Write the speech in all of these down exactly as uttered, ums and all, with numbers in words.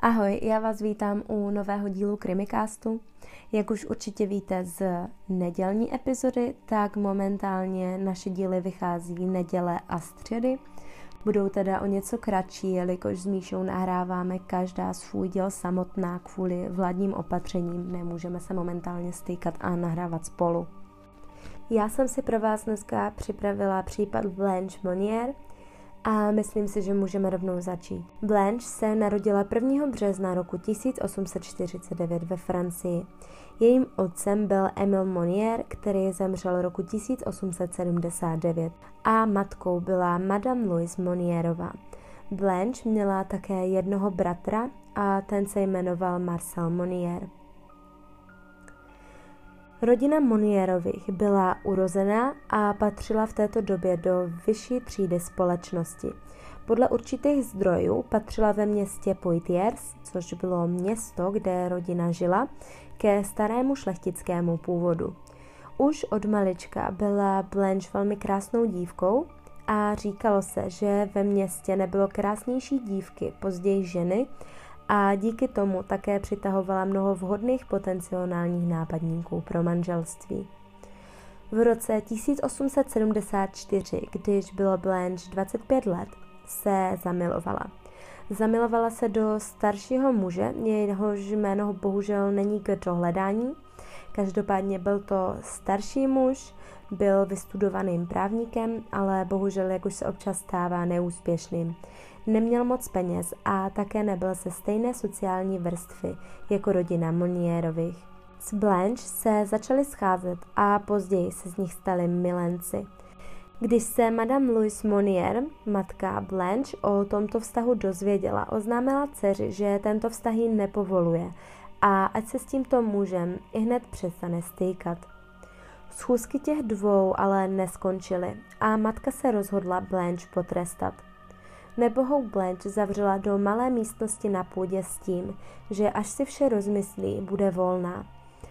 Ahoj, já vás vítám u nového dílu Krimicastu. Jak už určitě víte z nedělní epizody, tak momentálně naše díly vychází neděle a středy. Budou teda o něco kratší, jelikož s Míšou nahráváme každá svůj díl samotná kvůli vládním opatřením. Nemůžeme se momentálně stýkat a nahrávat spolu. Já jsem si pro vás dneska připravila případ Blanche Monnier, a myslím si, že můžeme rovnou začít. Blanche se narodila prvního března roku tisíc osm set čtyřicet devět ve Francii. Jejím otcem byl Emile Monnier, který zemřel roku tisíc osm set sedmdesát devět, a matkou byla Madame Louise Monnierová. Blanche měla také jednoho bratra a ten se jmenoval Marcel Monnier. Rodina Monnierových byla urozená a patřila v této době do vyšší třídy společnosti. Podle určitých zdrojů patřila ve městě Poitiers, což bylo město, kde rodina žila, ke starému šlechtickému původu. Už od malička byla Blanche velmi krásnou dívkou a říkalo se, že ve městě nebylo krásnější dívky, později ženy, a díky tomu také přitahovala mnoho vhodných potenciálních nápadníků pro manželství. V roce tisíc osm set sedmdesát čtyři, když bylo Blanche dvacet pět let, se zamilovala. Zamilovala se do staršího muže, jehož jméno bohužel není k dohledání. Každopádně byl to starší muž, byl vystudovaným právníkem, ale bohužel, jak už se občas stává, neúspěšným. Neměl moc peněz a také nebyl ze stejné sociální vrstvy jako rodina Monnierových. S Blanche se začali scházet a později se z nich stali milenci. Když se Madame Louise Monnier, matka Blanche, o tomto vztahu dozvěděla, oznámila dceři, že tento vztah jí nepovoluje a ať se s tímto mužem ihned přestane stýkat. Schůzky těch dvou ale neskončily a matka se rozhodla Blanche potrestat. Nebohou Blanche zavřela do malé místnosti na půdě s tím, že až si vše rozmyslí, bude volná.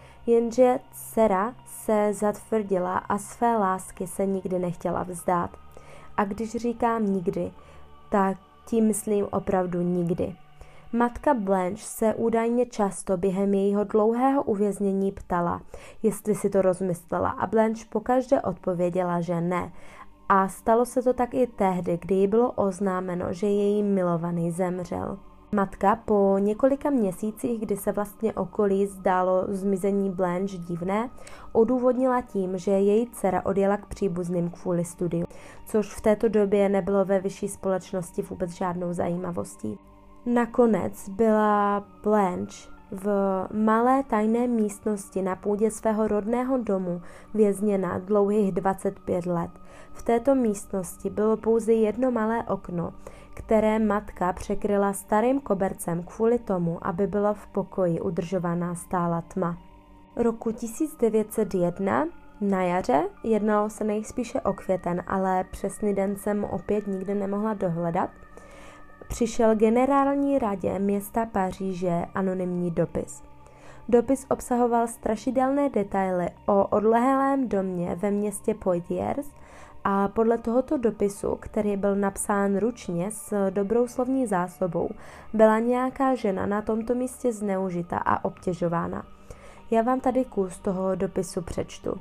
Jenže dcera se zatvrdila a své lásky se nikdy nechtěla vzdát. A když říkám nikdy, tak tím myslím opravdu nikdy. Matka Blanche se údajně často během jejího dlouhého uvěznění ptala, jestli si to rozmyslela, a Blanche pokaždé odpověděla, že ne. A stalo se to tak i tehdy, kdy jí bylo oznámeno, že její milovaný zemřel. Matka po několika měsících, kdy se vlastně okolí zdálo zmizení Blanche divné, odůvodnila tím, že její dcera odjela k příbuzným kvůli studiu, což v této době nebylo ve vyšší společnosti vůbec žádnou zajímavostí. Nakonec byla Blanche v malé tajné místnosti na půdě svého rodného domu vězněna dlouhých dvacet pět let. V této místnosti bylo pouze jedno malé okno, které matka překryla starým kobercem kvůli tomu, aby byla v pokoji udržovaná stála tma. Roku tisíc devět set jedna na jaře, jednalo se nejspíše o květen, ale přesný den jsem opět nikdy nemohla dohledat, přišel generální radě města Paříže anonymní dopis. Dopis obsahoval strašidelné detaily o odlehlém domě ve městě Poitiers a podle tohoto dopisu, který byl napsán ručně s dobrou slovní zásobou, byla nějaká žena na tomto místě zneužita a obtěžována. Já vám tady kus toho dopisu přečtu.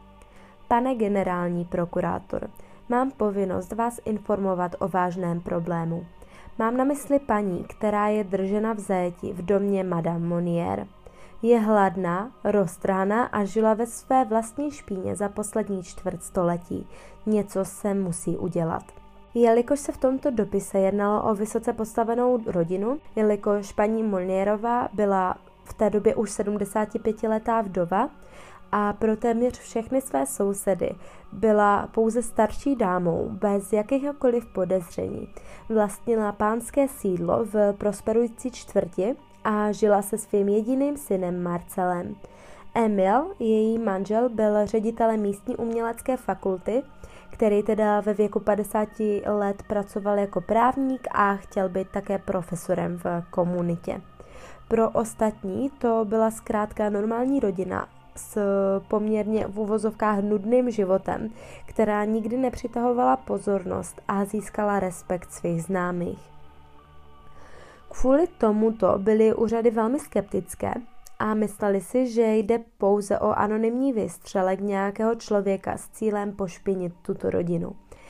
Pane generální prokurátor, mám povinnost vás informovat o vážném problému. Mám na mysli paní, která je držena v zajetí v domě Madame Monnier. Je hladná, roztrhaná a žila ve své vlastní špíně za poslední čtvrt století. Něco se musí udělat. Jelikož se v tomto dopise jednalo o vysoce postavenou rodinu, jelikož paní Monnierová byla v té době už sedmdesátipětiletá vdova a pro téměř všechny své sousedy byla pouze starší dámou bez jakéhokoliv podezření. Vlastnila pánské sídlo v prosperující čtvrti a žila se svým jediným synem Marcelem. Emil, její manžel, byl ředitelem místní umělecké fakulty, který teda ve věku padesáti let pracoval jako právník a chtěl být také profesorem v komunitě. Pro ostatní to byla zkrátka normální rodina s poměrně v uvozovkách nudným životem, která nikdy nepřitahovala pozornost a získala respekt svých známých. Kvůli tomuto byly úřady velmi skeptické a mysleli si, že jde pouze o anonymní výstřelek nějakého člověka s cílem pošpinit tuto rodinu.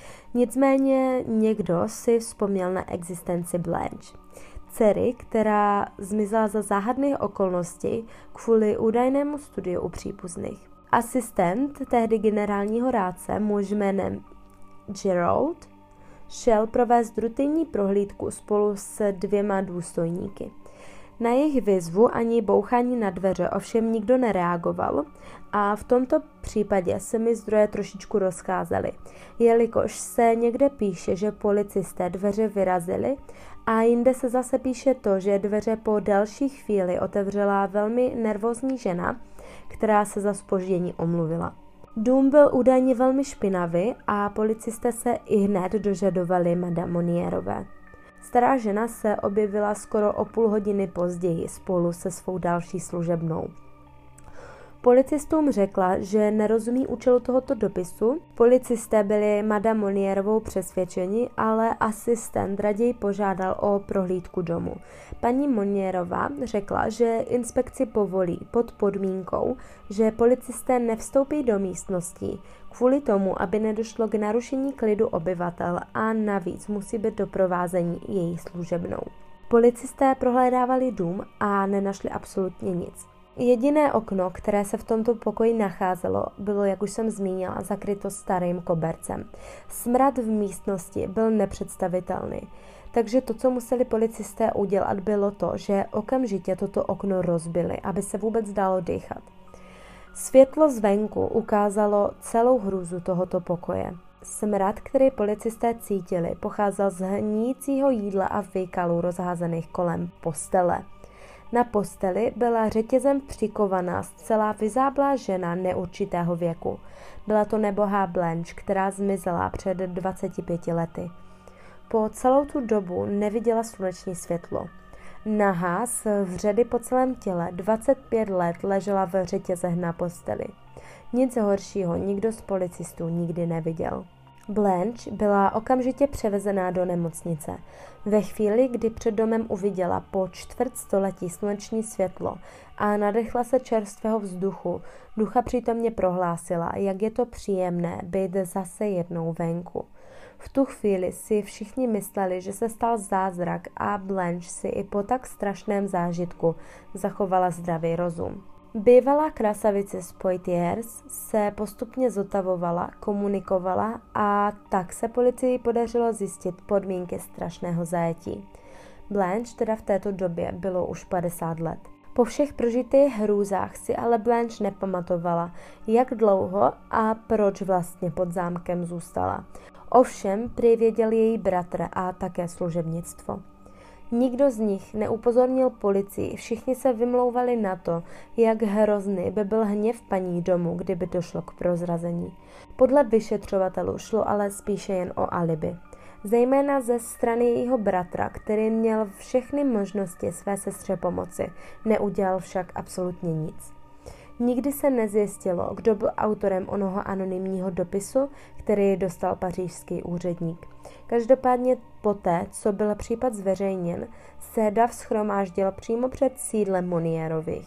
Nicméně někdo si vzpomněl na existenci Blanche, dcery, která zmizela za záhadných okolností kvůli údajnému studiu u příbuzných. Asistent tehdy generálního rádce, muž jménem Gerald, šel provést rutinní prohlídku spolu s dvěma důstojníky. Na jejich výzvu ani bouchání na dveře ovšem nikdo nereagoval a v tomto případě se mi zdroje trošičku rozcházely, jelikož se někde píše, že policisté dveře vyrazili a jinde se zase píše to, že dveře po delší chvíli otevřela velmi nervózní žena, která se za zpoždění omluvila. Dům byl údajně velmi špinavý a policisté se ihned dožadovali Madame Monierové. Stará žena se objevila skoro o půl hodiny později spolu se svou další služebnou. Policistům řekla, že nerozumí účelu tohoto dopisu. Policisté byli Madame Monierovou přesvědčeni, ale asistent raději požádal o prohlídku domu. Paní Monierová řekla, že inspekci povolí pod podmínkou, že policisté nevstoupí do místností kvůli tomu, aby nedošlo k narušení klidu obyvatel a navíc musí být doprovázení její služebnou. Policisté prohlédávali dům a nenašli absolutně nic. Jediné okno, které se v tomto pokoji nacházelo, bylo, jak už jsem zmínila, zakryto starým kobercem. Smrad v místnosti byl nepředstavitelný, takže to, co museli policisté udělat, bylo to, že okamžitě toto okno rozbili, aby se vůbec dalo dýchat. Světlo zvenku ukázalo celou hrůzu tohoto pokoje. Smrad, který policisté cítili, pocházel z hníjícího jídla a výkalů rozházených kolem postele. Na posteli byla řetězem přikovaná zcela vyzáblá žena neurčitého věku. Byla to nebohá Blanche, která zmizela před dvaceti pěti lety. Po celou tu dobu neviděla sluneční světlo. Nahá s vředy po celém těle dvacet pět let ležela v řetězech na posteli. Nic horšího nikdo z policistů nikdy neviděl. Blanche byla okamžitě převezená do nemocnice. Ve chvíli, kdy před domem uviděla po čtvrt století sluneční světlo a nadechla se čerstvého vzduchu, ducha přítomně prohlásila, jak je to příjemné být zase jednou venku. V tu chvíli si všichni mysleli, že se stal zázrak a Blanche si i po tak strašném zážitku zachovala zdravý rozum. Bývalá krasavice z Poitiers se postupně zotavovala, komunikovala a tak se policii podařilo zjistit podmínky strašného zajetí. Blanche teda v této době bylo už padesát let. Po všech prožitých hrůzách si ale Blanche nepamatovala, jak dlouho a proč vlastně pod zámkem zůstala. Ovšem prý věděl její bratr a také služebnictvo. Nikdo z nich neupozornil policii, všichni se vymlouvali na to, jak hrozný by byl hněv paní domu, kdyby došlo k prozrazení. Podle vyšetřovatelů šlo ale spíše jen o alibi. Zejména ze strany jejího bratra, který měl všechny možnosti své sestře pomoci, neudělal však absolutně nic. Nikdy se nezjistilo, kdo byl autorem onoho anonymního dopisu, který dostal pařížský úředník. Každopádně poté, co byl případ zveřejněn, se dav shromáždil přímo před sídlem Monierových.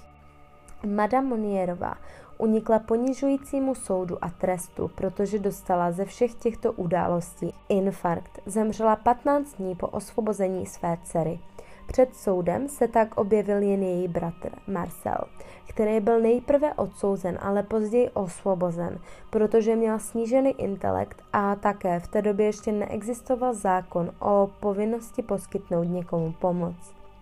Madame Monierová unikla ponižujícímu soudu a trestu, protože dostala ze všech těchto událostí infarkt. Zemřela patnáct dní po osvobození své dcery. Před soudem se tak objevil jen její bratr, Marcel, který byl nejprve odsouzen, ale později osvobozen, protože měl snížený intelekt a také v té době ještě neexistoval zákon o povinnosti poskytnout někomu pomoc.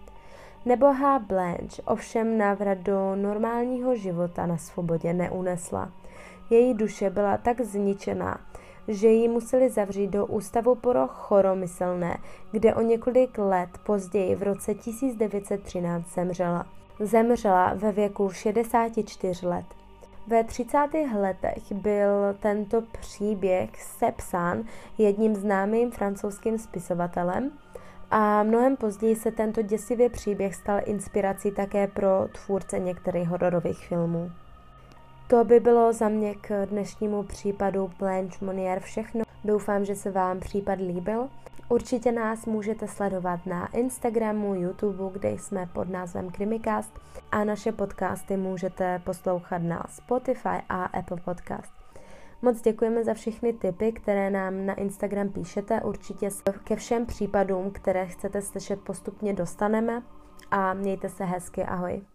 Nebohá Blanche ovšem návrat do normálního života na svobodě neunesla. Její duše byla tak zničená, že ji museli zavřít do ústavu pro choromyslné, kde o několik let později v roce tisíc devět set třináct zemřela. Zemřela ve věku šedesáti čtyř let. Ve třicátých letech byl tento příběh sepsán jedním známým francouzským spisovatelem a mnohem později se tento děsivý příběh stal inspirací také pro tvůrce některých hororových filmů. To by bylo za mě k dnešnímu případu Blanche Monier všechno. Doufám, že se vám případ líbil Určitě nás můžete sledovat na Instagramu, YouTube, kde jsme pod názvem Krimikast, a naše podcasty můžete poslouchat na Spotify a Apple Podcast. Moc děkujeme za všechny tipy, které nám na Instagram píšete. Určitě se ke všem případům, které chcete slyšet, postupně dostaneme, a mějte se hezky. Ahoj.